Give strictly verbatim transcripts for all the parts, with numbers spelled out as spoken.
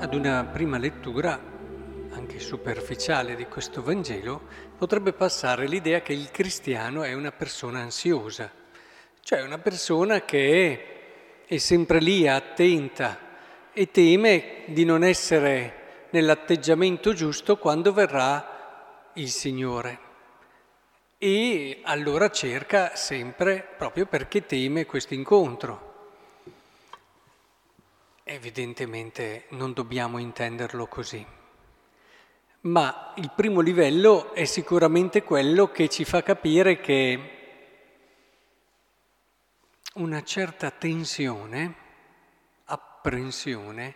Ad una prima lettura, anche superficiale, di questo Vangelo, potrebbe passare l'idea che il cristiano è una persona ansiosa, cioè una persona che è sempre lì, attenta e teme di non essere nell'atteggiamento giusto quando verrà il Signore. E allora cerca sempre, proprio perché teme questo incontro. Evidentemente non dobbiamo intenderlo così, ma il primo livello è sicuramente quello che ci fa capire che una certa tensione, apprensione,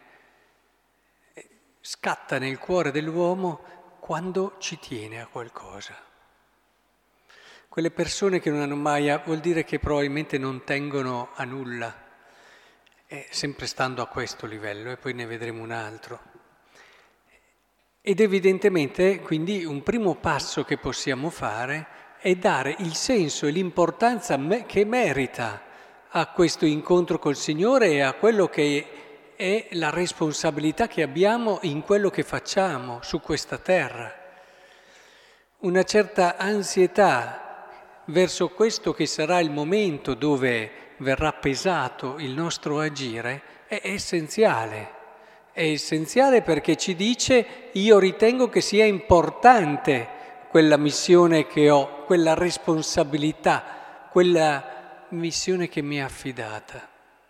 scatta nel cuore dell'uomo quando ci tiene a qualcosa. Quelle persone che non hanno mai, vuol dire che probabilmente non tengono a nulla. Eh, sempre stando a questo livello, e poi ne vedremo un altro. Ed evidentemente, quindi, un primo passo che possiamo fare è dare il senso e l'importanza me- che merita a questo incontro col Signore e a quello che è la responsabilità che abbiamo in quello che facciamo su questa terra. Una certa ansietà verso questo che sarà il momento dove verrà pesato il nostro agire è essenziale. È essenziale perché ci dice: io ritengo che sia importante quella missione che ho, quella responsabilità, quella missione che mi è affidata.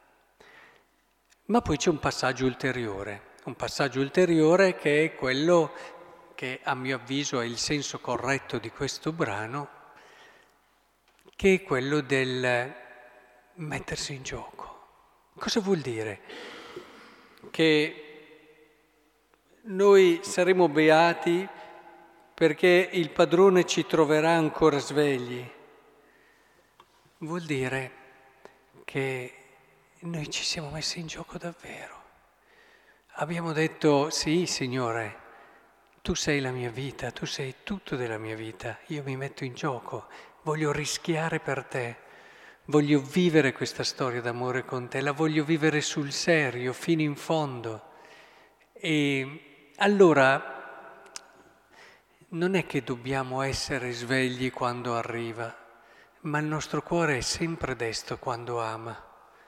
Ma poi c'è un passaggio ulteriore, un passaggio ulteriore che è quello che a mio avviso è il senso corretto di questo brano, che è quello del mettersi in gioco. Cosa vuol dire? Che noi saremo beati perché il Padrone ci troverà ancora svegli. Vuol dire che noi ci siamo messi in gioco davvero. Abbiamo detto: sì, Signore, tu sei la mia vita, tu sei tutto della mia vita, io mi metto in gioco, voglio rischiare per te. Voglio vivere questa storia d'amore con te, la voglio vivere sul serio, fino in fondo. E allora non è che dobbiamo essere svegli quando arriva, ma il nostro cuore è sempre desto quando ama.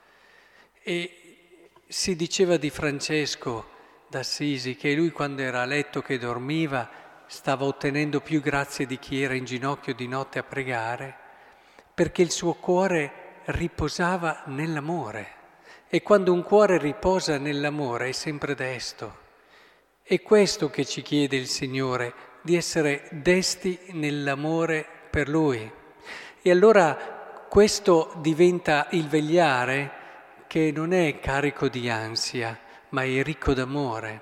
E si diceva di Francesco d'Assisi che lui, quando era a letto che dormiva, stava ottenendo più grazie di chi era in ginocchio di notte a pregare, perché il suo cuore riposava nell'amore. E quando un cuore riposa nell'amore è sempre desto. È questo che ci chiede il Signore, di essere desti nell'amore per Lui. E allora questo diventa il vegliare che non è carico di ansia, ma è ricco d'amore.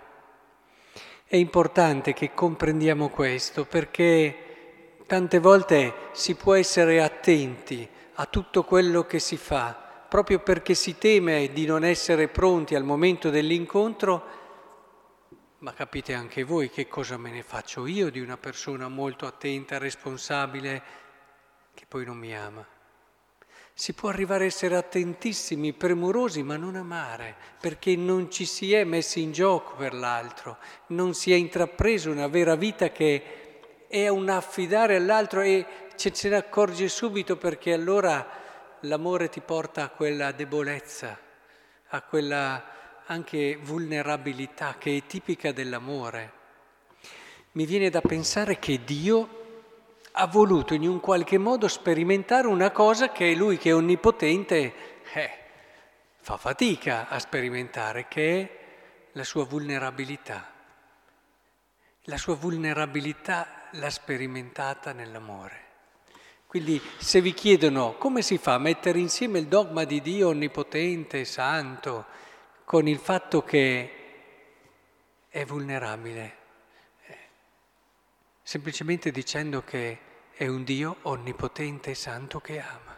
È importante che comprendiamo questo, perché tante volte si può essere attenti a tutto quello che si fa, proprio perché si teme di non essere pronti al momento dell'incontro. Ma capite anche voi che cosa me ne faccio io di una persona molto attenta, responsabile, che poi non mi ama? Si può arrivare a essere attentissimi, premurosi, ma non amare, perché non ci si è messi in gioco per l'altro, non si è intrapreso una vera vita che è un affidare all'altro, e ce, ce ne accorge subito, perché allora l'amore ti porta a quella debolezza, a quella anche vulnerabilità che è tipica dell'amore. Mi viene da pensare che Dio ha voluto in un qualche modo sperimentare una cosa che Lui, che è onnipotente, eh, fa fatica a sperimentare, che è la sua vulnerabilità. La sua vulnerabilità l'ha sperimentata nell'amore. Quindi se vi chiedono come si fa a mettere insieme il dogma di Dio onnipotente, santo, con il fatto che è vulnerabile, eh, semplicemente dicendo che è un Dio onnipotente e santo che ama.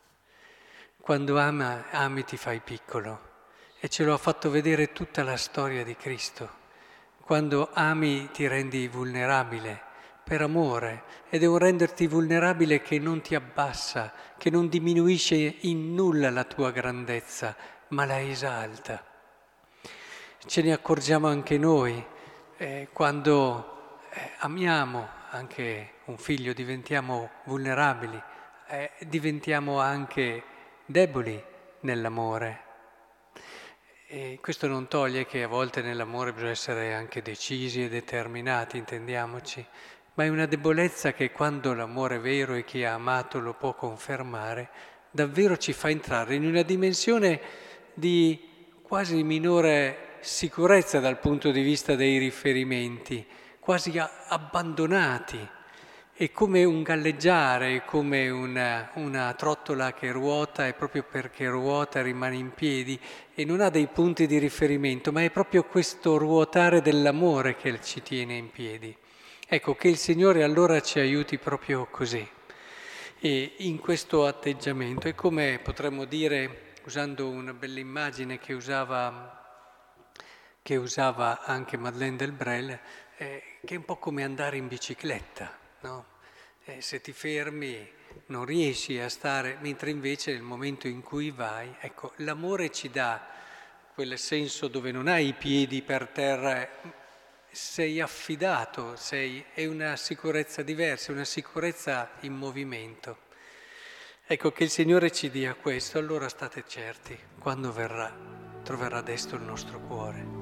Quando ama, ami ti fai piccolo, e ce lo ha fatto vedere tutta la storia di Cristo. Quando ami ti rendi vulnerabile per amore, ed è un renderti vulnerabile che non ti abbassa, che non diminuisce in nulla la tua grandezza, ma la esalta. ce ne accorgiamo anche noi, eh, quando eh, amiamo anche un figlio, diventiamo vulnerabili, eh, diventiamo anche deboli nell'amore. E questo non toglie che a volte nell'amore bisogna essere anche decisi e determinati, intendiamoci, ma è una debolezza che quando l'amore è vero e chi ha amato lo può confermare, davvero ci fa entrare in una dimensione di quasi minore sicurezza dal punto di vista dei riferimenti, quasi a- abbandonati. È come un galleggiare, è come una, una trottola che ruota e proprio perché ruota rimane in piedi e non ha dei punti di riferimento, ma è proprio questo ruotare dell'amore che ci tiene in piedi. Ecco, che il Signore allora ci aiuti proprio così, e in questo atteggiamento. È come potremmo dire, usando una bella immagine che usava, che usava anche Madeleine Delbrel, eh, che è un po' come andare in bicicletta, no? Eh, se ti fermi non riesci a stare, mentre invece nel momento in cui vai, ecco, l'amore ci dà quel senso dove non hai i piedi per terra, sei affidato, sei, è una sicurezza diversa, una sicurezza in movimento. Ecco, che il Signore ci dia questo, allora state certi, quando verrà, troverà desto il nostro cuore.